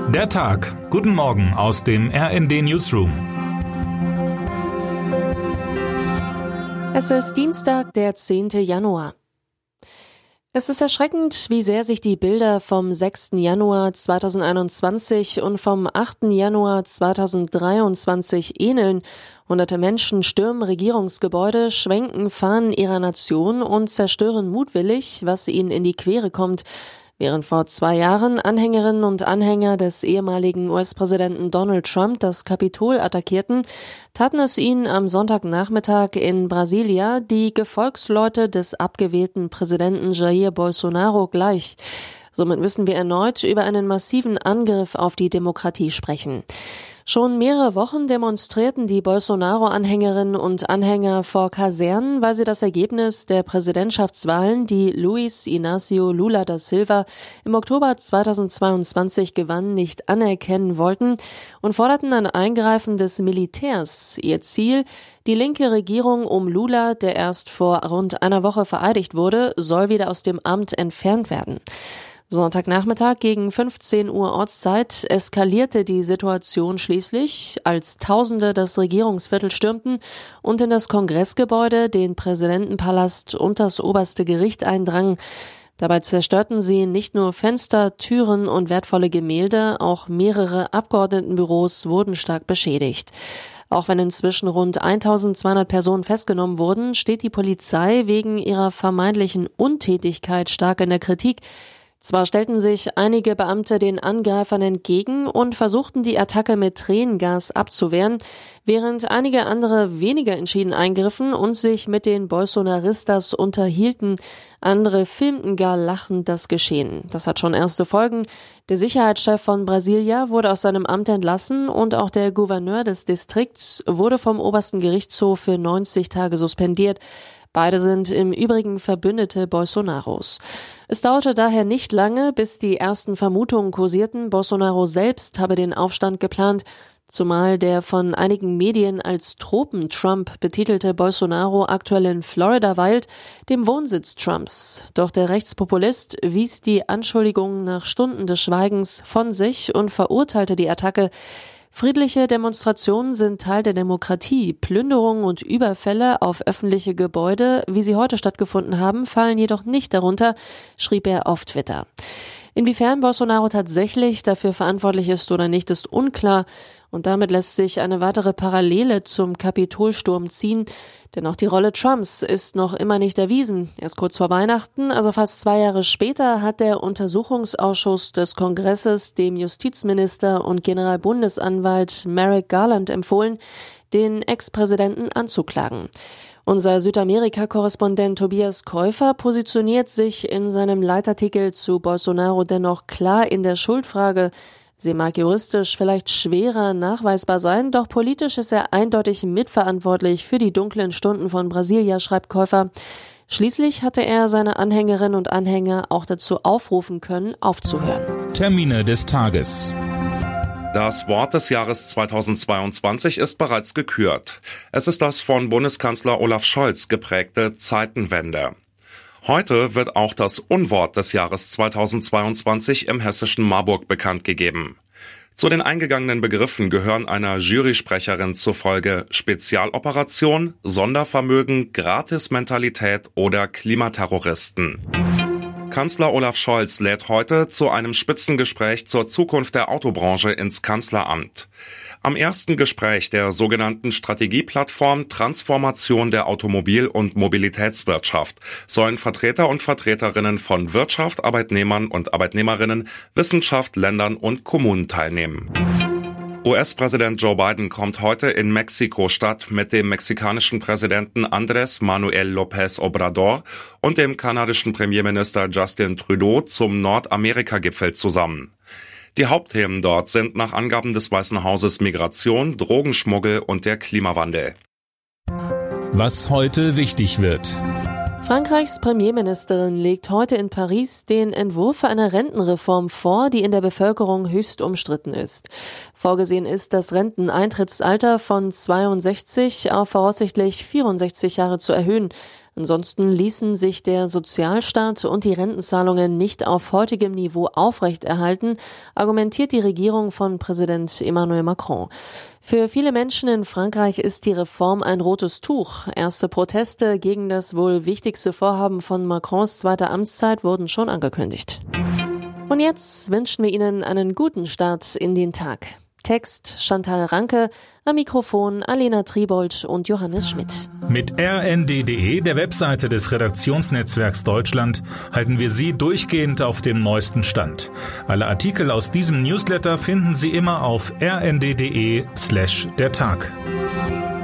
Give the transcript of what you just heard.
Der Tag. Guten Morgen aus dem RND Newsroom. Es ist Dienstag, der 10. Januar. Es ist erschreckend, wie sehr sich die Bilder vom 6. Januar 2021 und vom 8. Januar 2023 ähneln. Hunderte Menschen stürmen Regierungsgebäude, schwenken Fahnen ihrer Nation und zerstören mutwillig, was ihnen in die Quere kommt. Während vor 2 Jahren Anhängerinnen und Anhänger des ehemaligen US-Präsidenten Donald Trump das Kapitol attackierten, taten es ihnen am Sonntagnachmittag in Brasilia die Gefolgsleute des abgewählten Präsidenten Jair Bolsonaro gleich. Somit müssen wir erneut über einen massiven Angriff auf die Demokratie sprechen. Schon mehrere Wochen demonstrierten die Bolsonaro-Anhängerinnen und Anhänger vor Kasernen, weil sie das Ergebnis der Präsidentschaftswahlen, die Luiz Inácio Lula da Silva im Oktober 2022 gewann, nicht anerkennen wollten und forderten ein Eingreifen des Militärs. Ihr Ziel: die linke Regierung um Lula, der erst vor rund einer Woche vereidigt wurde, soll wieder aus dem Amt entfernt werden. Sonntagnachmittag gegen 15 Uhr Ortszeit eskalierte die Situation schließlich, als Tausende das Regierungsviertel stürmten und in das Kongressgebäude, den Präsidentenpalast und das oberste Gericht eindrangen. Dabei zerstörten sie nicht nur Fenster, Türen und wertvolle Gemälde, auch mehrere Abgeordnetenbüros wurden stark beschädigt. Auch wenn inzwischen rund 1200 Personen festgenommen wurden, steht die Polizei wegen ihrer vermeintlichen Untätigkeit stark in der Kritik. Zwar stellten sich einige Beamte den Angreifern entgegen und versuchten, die Attacke mit Tränengas abzuwehren, während einige andere weniger entschieden eingriffen und sich mit den Bolsonaristas unterhielten. Andere filmten gar lachend das Geschehen. Das hat schon erste Folgen. Der Sicherheitschef von Brasilia wurde aus seinem Amt entlassen und auch der Gouverneur des Distrikts wurde vom obersten Gerichtshof für 90 Tage suspendiert. Beide sind im Übrigen Verbündete Bolsonaros. Es dauerte daher nicht lange, bis die ersten Vermutungen kursierten, Bolsonaro selbst habe den Aufstand geplant, zumal der von einigen Medien als Tropen-Trump betitelte Bolsonaro aktuell in Florida weilt, dem Wohnsitz Trumps. Doch der Rechtspopulist wies die Anschuldigungen nach Stunden des Schweigens von sich und verurteilte die Attacke. Friedliche Demonstrationen sind Teil der Demokratie. Plünderungen und Überfälle auf öffentliche Gebäude, wie sie heute stattgefunden haben, fallen jedoch nicht darunter, schrieb er auf Twitter. Inwiefern Bolsonaro tatsächlich dafür verantwortlich ist oder nicht, ist unklar. Und damit lässt sich eine weitere Parallele zum Kapitolsturm ziehen. Denn auch die Rolle Trumps ist noch immer nicht erwiesen. Erst kurz vor Weihnachten, also fast 2 Jahre später, hat der Untersuchungsausschuss des Kongresses dem Justizminister und Generalbundesanwalt Merrick Garland empfohlen, den Ex-Präsidenten anzuklagen. Unser Südamerika-Korrespondent Tobias Käufer positioniert sich in seinem Leitartikel zu Bolsonaro dennoch klar in der Schuldfrage. Sie mag juristisch vielleicht schwerer nachweisbar sein, doch politisch ist er eindeutig mitverantwortlich für die dunklen Stunden von Brasilia, schreibt Käufer. Schließlich hatte er seine Anhängerinnen und Anhänger auch dazu aufrufen können, aufzuhören. Termine des Tages. Das Wort des Jahres 2022 ist bereits gekürt. Es ist das von Bundeskanzler Olaf Scholz geprägte Zeitenwende. Heute wird auch das Unwort des Jahres 2022 im hessischen Marburg bekannt gegeben. Zu den eingegangenen Begriffen gehören einer Jurysprecherin zufolge Spezialoperation, Sondervermögen, Gratismentalität oder Klimaterroristen. Kanzler Olaf Scholz lädt heute zu einem Spitzengespräch zur Zukunft der Autobranche ins Kanzleramt. Am ersten Gespräch der sogenannten Strategieplattform Transformation der Automobil- und Mobilitätswirtschaft sollen Vertreter und Vertreterinnen von Wirtschaft, Arbeitnehmern und Arbeitnehmerinnen, Wissenschaft, Ländern und Kommunen teilnehmen. US-Präsident Joe Biden kommt heute in Mexiko-Stadt mit dem mexikanischen Präsidenten Andrés Manuel López Obrador und dem kanadischen Premierminister Justin Trudeau zum Nordamerika-Gipfel zusammen. Die Hauptthemen dort sind nach Angaben des Weißen Hauses Migration, Drogenschmuggel und der Klimawandel. Was heute wichtig wird. Frankreichs Premierministerin legt heute in Paris den Entwurf für eine Rentenreform vor, die in der Bevölkerung höchst umstritten ist. Vorgesehen ist, das Renteneintrittsalter von 62 auf voraussichtlich 64 Jahre zu erhöhen. Ansonsten ließen sich der Sozialstaat und die Rentenzahlungen nicht auf heutigem Niveau aufrechterhalten, argumentiert die Regierung von Präsident Emmanuel Macron. Für viele Menschen in Frankreich ist die Reform ein rotes Tuch. Erste Proteste gegen das wohl wichtigste Vorhaben von Macrons zweiter Amtszeit wurden schon angekündigt. Und jetzt wünschen wir Ihnen einen guten Start in den Tag. Text Chantal Ranke, am Mikrofon Alena Tribold und Johannes Schmidt. Mit rnd.de, der Webseite des Redaktionsnetzwerks Deutschland, halten wir Sie durchgehend auf dem neuesten Stand. Alle Artikel aus diesem Newsletter finden Sie immer auf rnd.de/der Tag.